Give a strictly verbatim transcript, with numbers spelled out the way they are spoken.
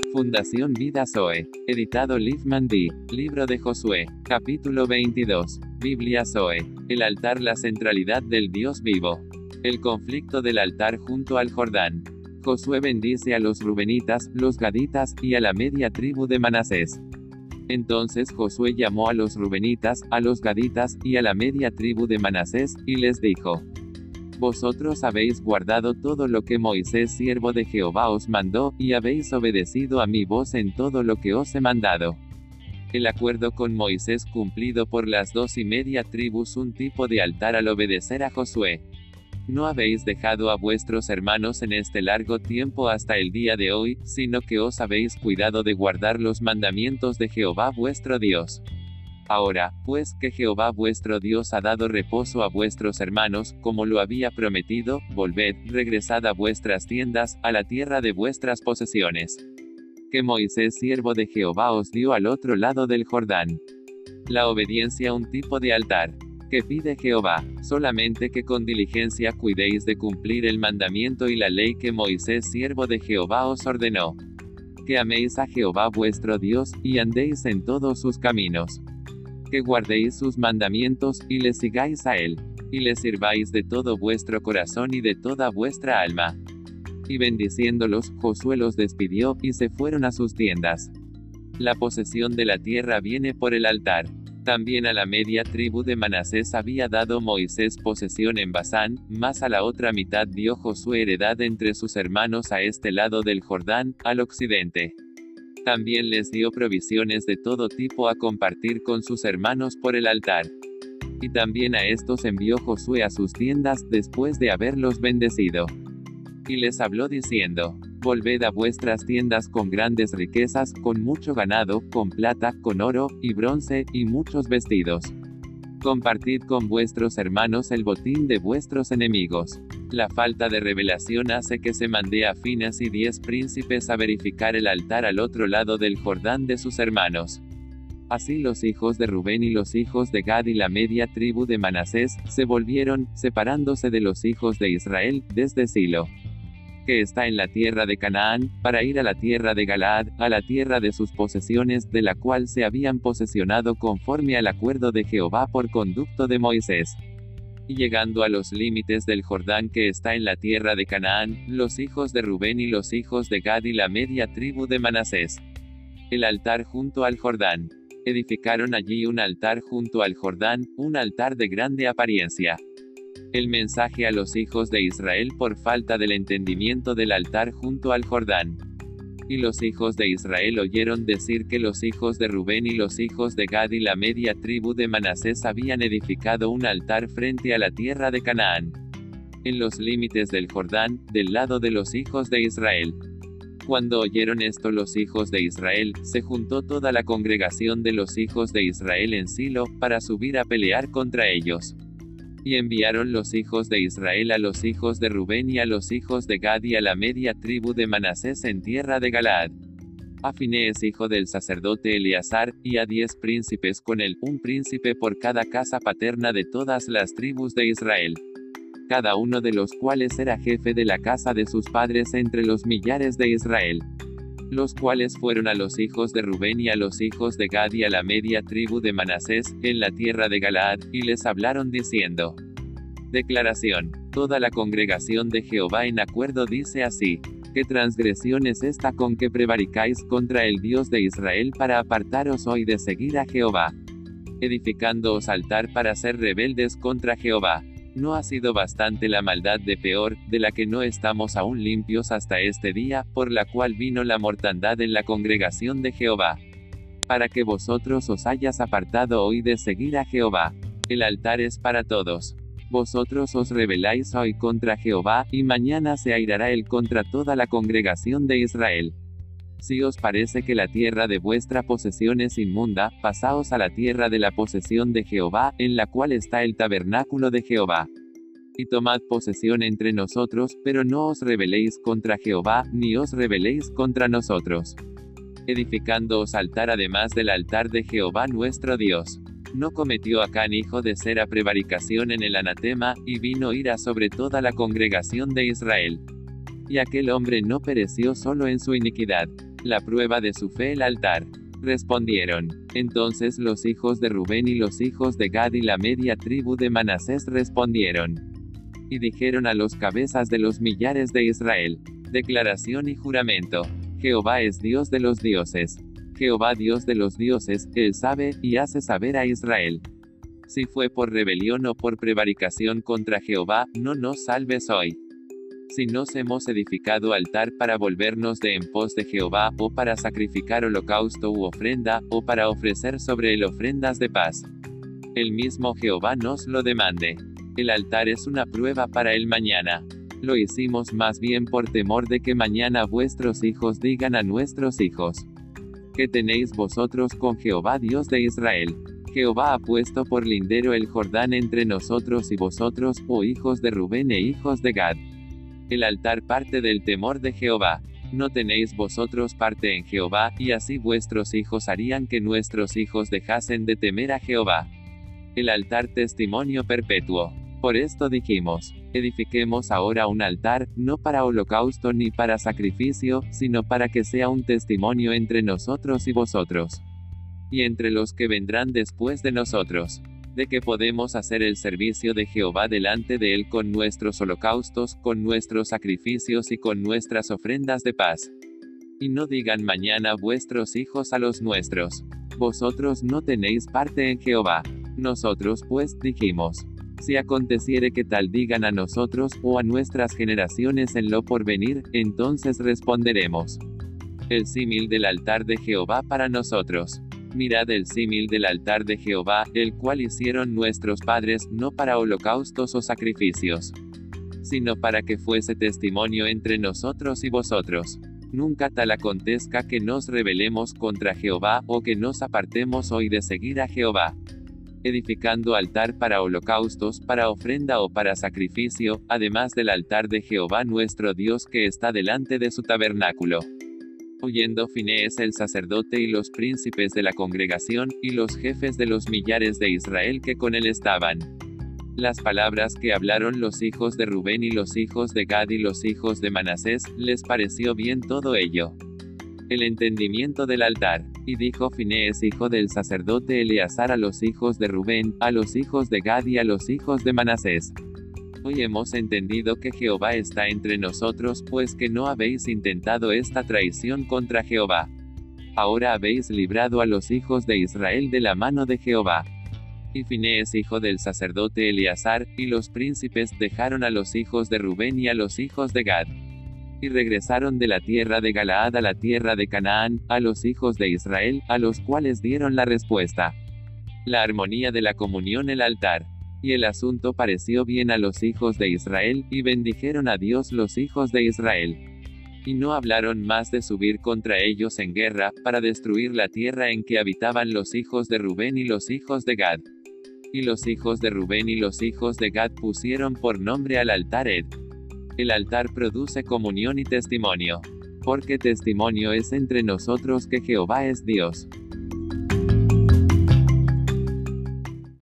Fundación Vida Zoe. Editado Liefman D. Libro de Josué. Capítulo veintidós. Biblia Zoe. El altar, la centralidad del Dios vivo. El conflicto del altar junto al Jordán. Josué bendice a los rubenitas, los gaditas, y a la media tribu de Manasés. Entonces Josué llamó a los rubenitas, a los gaditas, y a la media tribu de Manasés, y les dijo: Vosotros habéis guardado todo lo que Moisés siervo de Jehová os mandó, y habéis obedecido a mi voz en todo lo que os he mandado. El acuerdo con Moisés cumplido por las dos y media tribus, un tipo de altar al obedecer a Josué. No habéis dejado a vuestros hermanos en este largo tiempo hasta el día de hoy, sino que os habéis cuidado de guardar los mandamientos de Jehová vuestro Dios. Ahora, pues, que Jehová vuestro Dios ha dado reposo a vuestros hermanos, como lo había prometido, volved, regresad a vuestras tiendas, a la tierra de vuestras posesiones, que Moisés siervo de Jehová os dio al otro lado del Jordán. La obediencia, un tipo de altar. Que pide Jehová, solamente que con diligencia cuidéis de cumplir el mandamiento y la ley que Moisés siervo de Jehová os ordenó. Que améis a Jehová vuestro Dios, y andéis en todos sus caminos. Que guardéis sus mandamientos, y le sigáis a él, y le sirváis de todo vuestro corazón y de toda vuestra alma. Y bendiciéndolos, Josué los despidió, y se fueron a sus tiendas. La posesión de la tierra viene por el altar. También a la media tribu de Manasés había dado Moisés posesión en Basán, mas a la otra mitad dio Josué heredad entre sus hermanos a este lado del Jordán, al occidente. También les dio provisiones de todo tipo a compartir con sus hermanos por el altar. Y también a estos envió Josué a sus tiendas, después de haberlos bendecido. Y les habló diciendo: Volved a vuestras tiendas con grandes riquezas, con mucho ganado, con plata, con oro, y bronce, y muchos vestidos. Compartid con vuestros hermanos el botín de vuestros enemigos. La falta de revelación hace que se mande a Fineas y diez príncipes a verificar el altar al otro lado del Jordán de sus hermanos. Así los hijos de Rubén y los hijos de Gad y la media tribu de Manasés, se volvieron, separándose de los hijos de Israel, desde Silo, que está en la tierra de Canaán, para ir a la tierra de Galaad, a la tierra de sus posesiones, de la cual se habían posesionado conforme al acuerdo de Jehová por conducto de Moisés. Y llegando a los límites del Jordán que está en la tierra de Canaán, los hijos de Rubén y los hijos de Gad y la media tribu de Manasés. El altar junto al Jordán. Edificaron allí un altar junto al Jordán, un altar de grande apariencia. El mensaje a los hijos de Israel por falta del entendimiento del altar junto al Jordán. Y los hijos de Israel oyeron decir que los hijos de Rubén y los hijos de Gad y la media tribu de Manasés habían edificado un altar frente a la tierra de Canaán, en los límites del Jordán, del lado de los hijos de Israel. Cuando oyeron esto los hijos de Israel, se juntó toda la congregación de los hijos de Israel en Silo, para subir a pelear contra ellos. Y enviaron los hijos de Israel a los hijos de Rubén y a los hijos de Gad y a la media tribu de Manasés en tierra de Galaad. A Finees hijo del sacerdote Eleazar, y a diez príncipes con él, un príncipe por cada casa paterna de todas las tribus de Israel, cada uno de los cuales era jefe de la casa de sus padres entre los millares de Israel. Los cuales fueron a los hijos de Rubén y a los hijos de Gad y a la media tribu de Manasés, en la tierra de Galaad, y les hablaron diciendo: Declaración. Toda la congregación de Jehová en acuerdo dice así: ¿Qué transgresión es esta con que prevaricáis contra el Dios de Israel para apartaros hoy de seguir a Jehová, edificándoos altar para ser rebeldes contra Jehová? ¿No ha sido bastante la maldad de Peor, de la que no estamos aún limpios hasta este día, por la cual vino la mortandad en la congregación de Jehová? Para que vosotros os hayas apartado hoy de seguir a Jehová. El altar es para todos. Vosotros os rebeláis hoy contra Jehová, y mañana se airará él contra toda la congregación de Israel. Si os parece que la tierra de vuestra posesión es inmunda, pasaos a la tierra de la posesión de Jehová, en la cual está el tabernáculo de Jehová. Y tomad posesión entre nosotros, pero no os rebeléis contra Jehová, ni os rebeléis contra nosotros, edificándoos altar además del altar de Jehová nuestro Dios. No cometió Acán hijo de Zera prevaricación en el anatema, y vino ira sobre toda la congregación de Israel. Y aquel hombre no pereció solo en su iniquidad, La prueba de su fe el altar. Respondieron. Entonces los hijos de Rubén y los hijos de Gad y la media tribu de Manasés respondieron. Y dijeron a los cabezas de los millares de Israel. Declaración y juramento. Jehová es Dios de los dioses. Jehová Dios de los dioses, Él sabe, y hace saber a Israel. Si fue por rebelión o por prevaricación contra Jehová, no nos salves hoy. Si nos hemos edificado altar para volvernos de en pos de Jehová, o para sacrificar holocausto u ofrenda, o para ofrecer sobre él ofrendas de paz. El mismo Jehová nos lo demande. El altar es una prueba para el mañana. Lo hicimos más bien por temor de que mañana vuestros hijos digan a nuestros hijos. ¿Qué tenéis vosotros con Jehová Dios de Israel? Jehová ha puesto por lindero el Jordán entre nosotros y vosotros, oh hijos de Rubén e hijos de Gad. El altar parte del temor de Jehová. No tenéis vosotros parte en Jehová, y así vuestros hijos harían que nuestros hijos dejasen de temer a Jehová. El altar testimonio perpetuo. Por esto dijimos, edifiquemos ahora un altar, no para holocausto ni para sacrificio, sino para que sea un testimonio entre nosotros y vosotros. Y entre los que vendrán después de nosotros. De que podemos hacer el servicio de Jehová delante de él con nuestros holocaustos, con nuestros sacrificios y con nuestras ofrendas de paz. Y no digan mañana vuestros hijos a los nuestros. Vosotros no tenéis parte en Jehová. Nosotros pues, dijimos. Si aconteciere que tal digan a nosotros, o a nuestras generaciones en lo porvenir, entonces responderemos. El símil del altar de Jehová para nosotros. Mirad el símil del altar de Jehová, el cual hicieron nuestros padres, no para holocaustos o sacrificios, sino para que fuese testimonio entre nosotros y vosotros. Nunca tal acontezca que nos rebelemos contra Jehová, o que nos apartemos hoy de seguir a Jehová, edificando altar para holocaustos, para ofrenda o para sacrificio, además del altar de Jehová nuestro Dios que está delante de su tabernáculo. Oyendo Finehés el sacerdote y los príncipes de la congregación, y los jefes de los millares de Israel que con él estaban, las palabras que hablaron los hijos de Rubén y los hijos de Gad y los hijos de Manasés, les pareció bien todo ello. El entendimiento del altar. Y dijo Finehés hijo del sacerdote Eleazar a los hijos de Rubén, a los hijos de Gad y a los hijos de Manasés. Hoy hemos entendido que Jehová está entre nosotros, pues que no habéis intentado esta traición contra Jehová. Ahora habéis librado a los hijos de Israel de la mano de Jehová. Y Finehés hijo del sacerdote Eleazar, y los príncipes, dejaron a los hijos de Rubén y a los hijos de Gad. Y regresaron de la tierra de Galaad a la tierra de Canaán, a los hijos de Israel, a los cuales dieron la respuesta. La armonía de la comunión el altar. Y el asunto pareció bien a los hijos de Israel, y bendijeron a Dios los hijos de Israel. Y no hablaron más de subir contra ellos en guerra, para destruir la tierra en que habitaban los hijos de Rubén y los hijos de Gad. Y los hijos de Rubén y los hijos de Gad pusieron por nombre al altar Ed. El altar produce comunión y testimonio. Porque testimonio es entre nosotros que Jehová es Dios.